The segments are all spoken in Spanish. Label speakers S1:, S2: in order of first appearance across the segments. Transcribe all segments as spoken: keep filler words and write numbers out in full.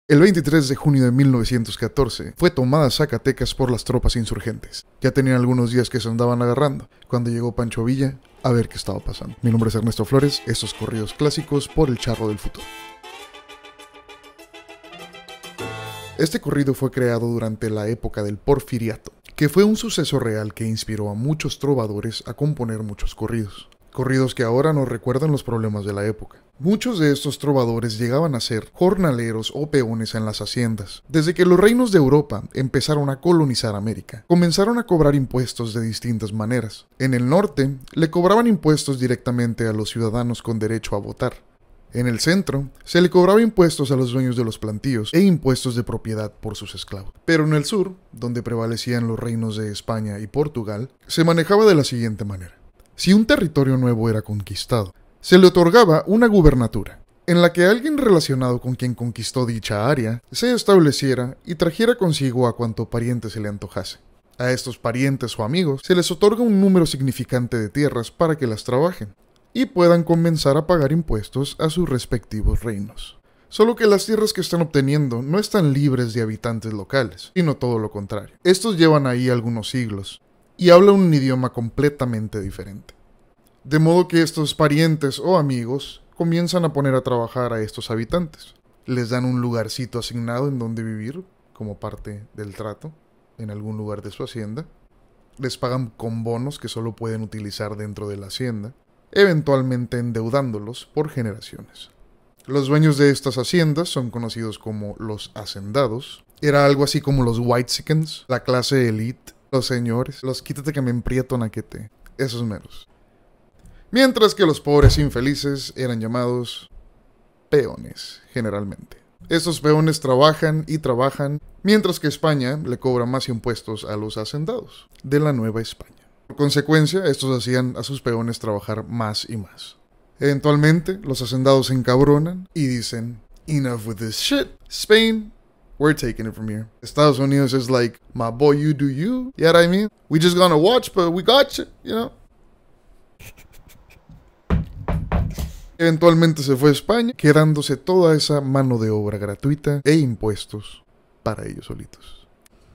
S1: El veintitrés de junio de mil novecientos catorce fue tomada Zacatecas por las tropas insurgentes. Ya tenían algunos días que se andaban agarrando, cuando llegó Pancho Villa a ver qué estaba pasando. Mi nombre es Ernesto Flores, estos corridos clásicos por el Charro del Futuro. Este corrido fue creado durante la época del Porfiriato, que fue un suceso real que inspiró a muchos trovadores a componer muchos corridos. Corridos que ahora nos recuerdan los problemas de la época. Muchos de estos trovadores llegaban a ser jornaleros o peones en las haciendas. Desde que los reinos de Europa empezaron a colonizar América, comenzaron a cobrar impuestos de distintas maneras. En el norte, le cobraban impuestos directamente a los ciudadanos con derecho a votar. En el centro, se le cobraba impuestos a los dueños de los plantíos e impuestos de propiedad por sus esclavos. Pero en el sur, donde prevalecían los reinos de España y Portugal, se manejaba de la siguiente manera. Si un territorio nuevo era conquistado, se le otorgaba una gubernatura, en la que alguien relacionado con quien conquistó dicha área se estableciera y trajera consigo a cuanto pariente se le antojase. A estos parientes o amigos se les otorga un número significante de tierras para que las trabajen y puedan comenzar a pagar impuestos a sus respectivos reinos. Solo que las tierras que están obteniendo no están libres de habitantes locales, sino todo lo contrario. Estos llevan ahí algunos siglos y hablan un idioma completamente diferente. De modo que estos parientes o amigos comienzan a poner a trabajar a estos habitantes. Les dan un lugarcito asignado en donde vivir, como parte del trato, en algún lugar de su hacienda. Les pagan con bonos que solo pueden utilizar dentro de la hacienda, eventualmente endeudándolos por generaciones. Los dueños de estas haciendas son conocidos como los hacendados. Era algo así como los whitexicans, la clase elite, los señores, los quítate que me emprieto naquete, esos meros. Mientras que los pobres infelices eran llamados peones, generalmente. Estos peones trabajan y trabajan, mientras que España le cobra más impuestos a los hacendados de la Nueva España. Por consecuencia, estos hacían a sus peones trabajar más y más. Eventualmente, los hacendados se encabronan y dicen, "Enough with this shit, Spain, we're taking it from here." Estados Unidos is like, "My boy, you do you, you know what I mean? We just gonna watch, but we got you, you know?" Eventualmente se fue a España, quedándose toda esa mano de obra gratuita e impuestos para ellos solitos.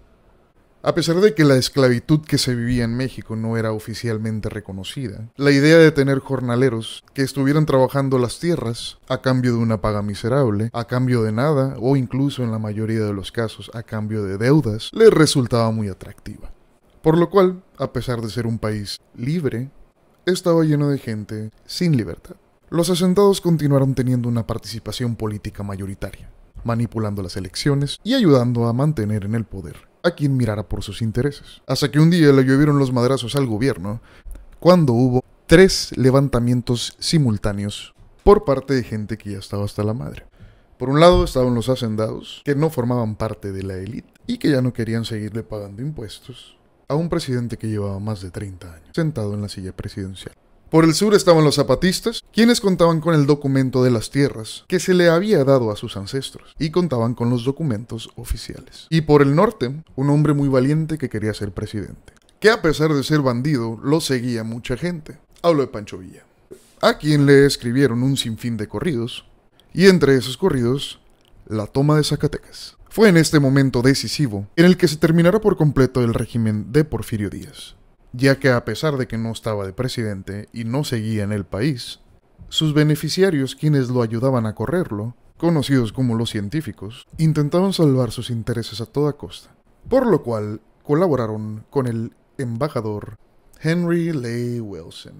S1: A pesar de que la esclavitud que se vivía en México no era oficialmente reconocida, la idea de tener jornaleros que estuvieran trabajando las tierras a cambio de una paga miserable, a cambio de nada, o incluso en la mayoría de los casos a cambio de deudas, les resultaba muy atractiva. Por lo cual, a pesar de ser un país libre, estaba lleno de gente sin libertad. Los asentados continuaron teniendo una participación política mayoritaria, manipulando las elecciones y ayudando a mantener en el poder a quien mirara por sus intereses. Hasta que un día le llovieron los madrazos al gobierno, cuando hubo tres levantamientos simultáneos por parte de gente que ya estaba hasta la madre. Por un lado estaban los hacendados, que no formaban parte de la élite y que ya no querían seguirle pagando impuestos a un presidente que llevaba más de treinta años sentado en la silla presidencial. Por el sur estaban los zapatistas, quienes contaban con el documento de las tierras que se le había dado a sus ancestros, y contaban con los documentos oficiales. Y por el norte, un hombre muy valiente que quería ser presidente, que a pesar de ser bandido, lo seguía mucha gente. Hablo de Pancho Villa, a quien le escribieron un sinfín de corridos, y entre esos corridos, la toma de Zacatecas. Fue en este momento decisivo en el que se terminara por completo el régimen de Porfirio Díaz, ya que a pesar de que no estaba de presidente y no seguía en el país, sus beneficiarios, quienes lo ayudaban a correrlo, conocidos como los científicos, intentaban salvar sus intereses a toda costa, por lo cual colaboraron con el embajador Henry Leigh Wilson.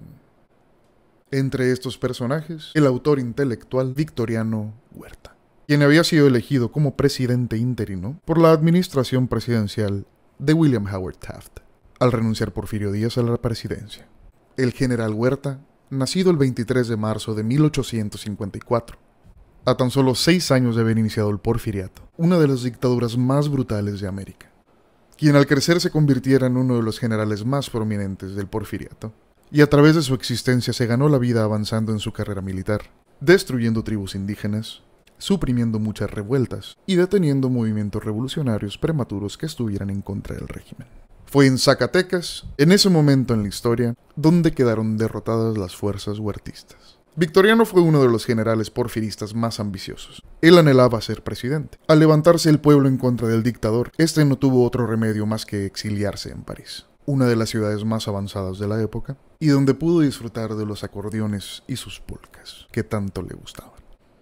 S1: Entre estos personajes, el autor intelectual Victoriano Huerta, quien había sido elegido como presidente interino por la administración presidencial de William Howard Taft, al renunciar Porfirio Díaz a la presidencia. El general Huerta, nacido el veintitrés de marzo de mil ochocientos cincuenta y cuatro, a tan solo seis años de haber iniciado el Porfiriato, una de las dictaduras más brutales de América, quien al crecer se convirtiera en uno de los generales más prominentes del Porfiriato, y a través de su existencia se ganó la vida avanzando en su carrera militar, destruyendo tribus indígenas, suprimiendo muchas revueltas y deteniendo movimientos revolucionarios prematuros que estuvieran en contra del régimen. Fue en Zacatecas, en ese momento en la historia, donde quedaron derrotadas las fuerzas huertistas. Victoriano fue uno de los generales porfiristas más ambiciosos. Él anhelaba ser presidente. Al levantarse el pueblo en contra del dictador, este no tuvo otro remedio más que exiliarse en París, una de las ciudades más avanzadas de la época, y donde pudo disfrutar de los acordeones y sus polcas, que tanto le gustaban.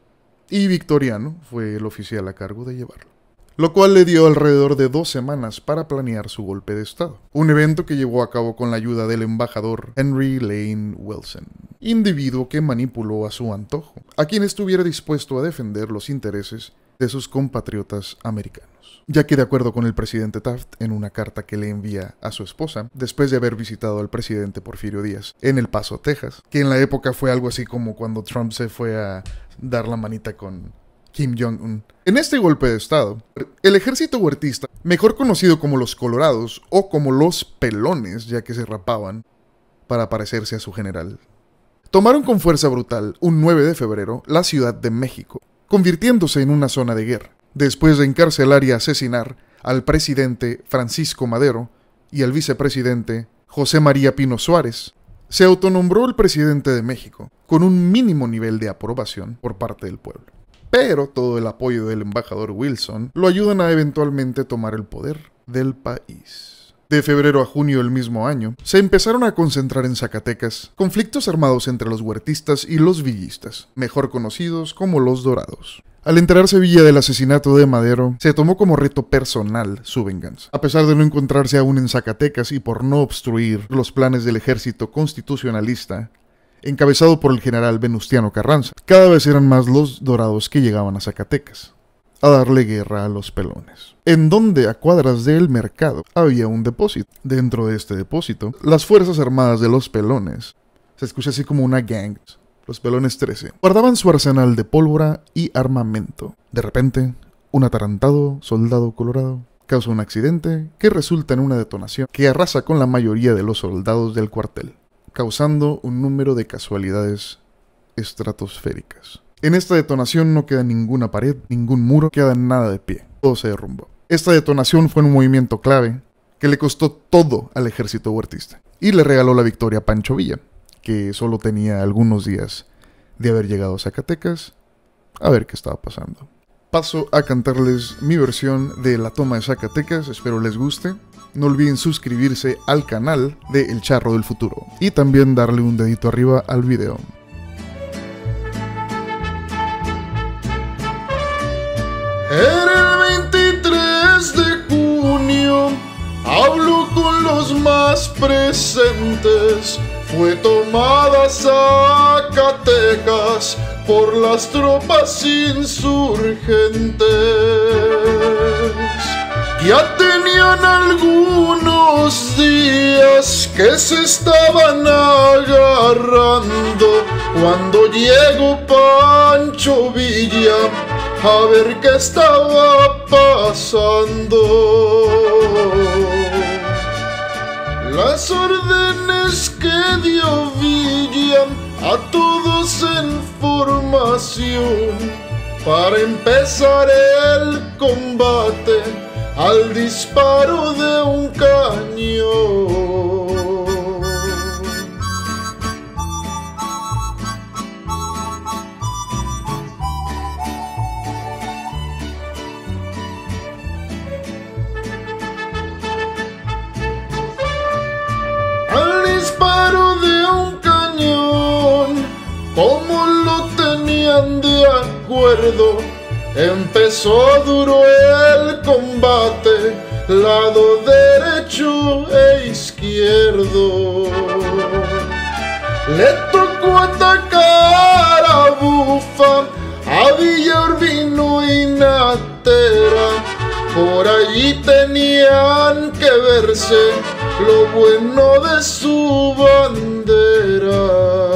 S1: Y Victoriano fue el oficial a cargo de llevarlo, lo cual le dio alrededor de dos semanas para planear su golpe de estado, un evento que llevó a cabo con la ayuda del embajador Henry Lane Wilson, individuo que manipuló a su antojo, a quien estuviera dispuesto a defender los intereses de sus compatriotas americanos, ya que de acuerdo con el presidente Taft en una carta que le envía a su esposa, después de haber visitado al presidente Porfirio Díaz en El Paso, Texas, que en la época fue algo así como cuando Trump se fue a dar la manita con Kim Jong-un. En este golpe de estado, el ejército huertista, mejor conocido como los Colorados o como los Pelones, ya que se rapaban para parecerse a su general, tomaron con fuerza brutal, un nueve de febrero, la Ciudad de México, convirtiéndose en una zona de guerra, después de encarcelar y asesinar al presidente Francisco Madero y al vicepresidente José María Pino Suárez. Se autonombró el presidente de México, con un mínimo nivel de aprobación por parte del pueblo. Pero todo el apoyo del embajador Wilson lo ayudan a eventualmente tomar el poder del país. De febrero a junio del mismo año, se empezaron a concentrar en Zacatecas conflictos armados entre los huertistas y los villistas, mejor conocidos como los Dorados. Al enterarse Villa del asesinato de Madero, se tomó como reto personal su venganza. A pesar de no encontrarse aún en Zacatecas y por no obstruir los planes del ejército constitucionalista, encabezado por el general Venustiano Carranza, cada vez eran más los Dorados que llegaban a Zacatecas a darle guerra a los Pelones, en donde a cuadras del mercado había un depósito. Dentro de este depósito, las fuerzas armadas de los Pelones, se escucha así como una gang, los Pelones trece, guardaban su arsenal de pólvora y armamento. De repente, un atarantado soldado colorado causa un accidente que resulta en una detonación que arrasa con la mayoría de los soldados del cuartel, causando un número de casualidades estratosféricas. En esta detonación no queda ninguna pared, ningún muro, queda nada de pie. Todo se derrumbó. Esta detonación fue un movimiento clave que le costó todo al ejército huertista y le regaló la victoria a Pancho Villa, que solo tenía algunos días de haber llegado a Zacatecas a ver qué estaba pasando. Paso a cantarles mi versión de la toma de Zacatecas, espero les guste. No olviden suscribirse al canal de El Charro del Futuro y también darle un dedito arriba al video.
S2: Era el veintitrés de junio, hablo con los más presentes. Fue tomada Zacatecas por las tropas insurgentes. Ya tenían algunos días que se estaban agarrando cuando llegó Pancho Villa a ver qué estaba pasando. Las órdenes que dio Villa a todos en formación para empezar el combate al disparo de un cañón. Al disparo de un cañón, como lo tenían de acuerdo, empezó duro el combate, lado derecho e izquierdo. Le tocó atacar a Bufa, a Villa Urbino y Natera. Por allí tenían que verse lo bueno de su bandera.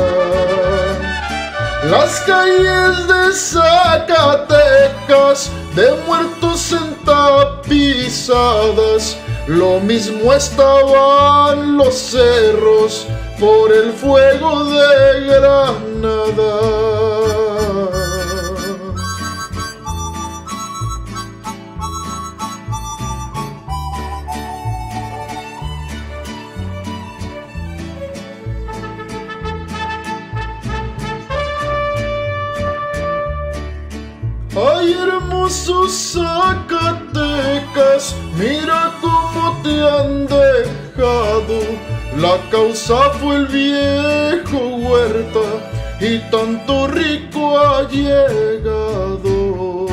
S2: Las calles de Zacatecas de muertos entapizadas, lo mismo estaban los cerros por el fuego de Granada. Ay, hermoso Zacatecas, mira cómo te han dejado. La causa fue el viejo Huerta y tanto rico ha llegado.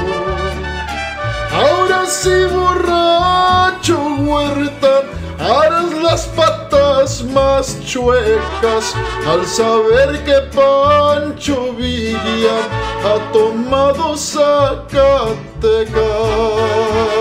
S2: Ahora sí, borracho Huerta, harás las patas más chuecas al saber que Pancho Villa ha tomado Zacatecas.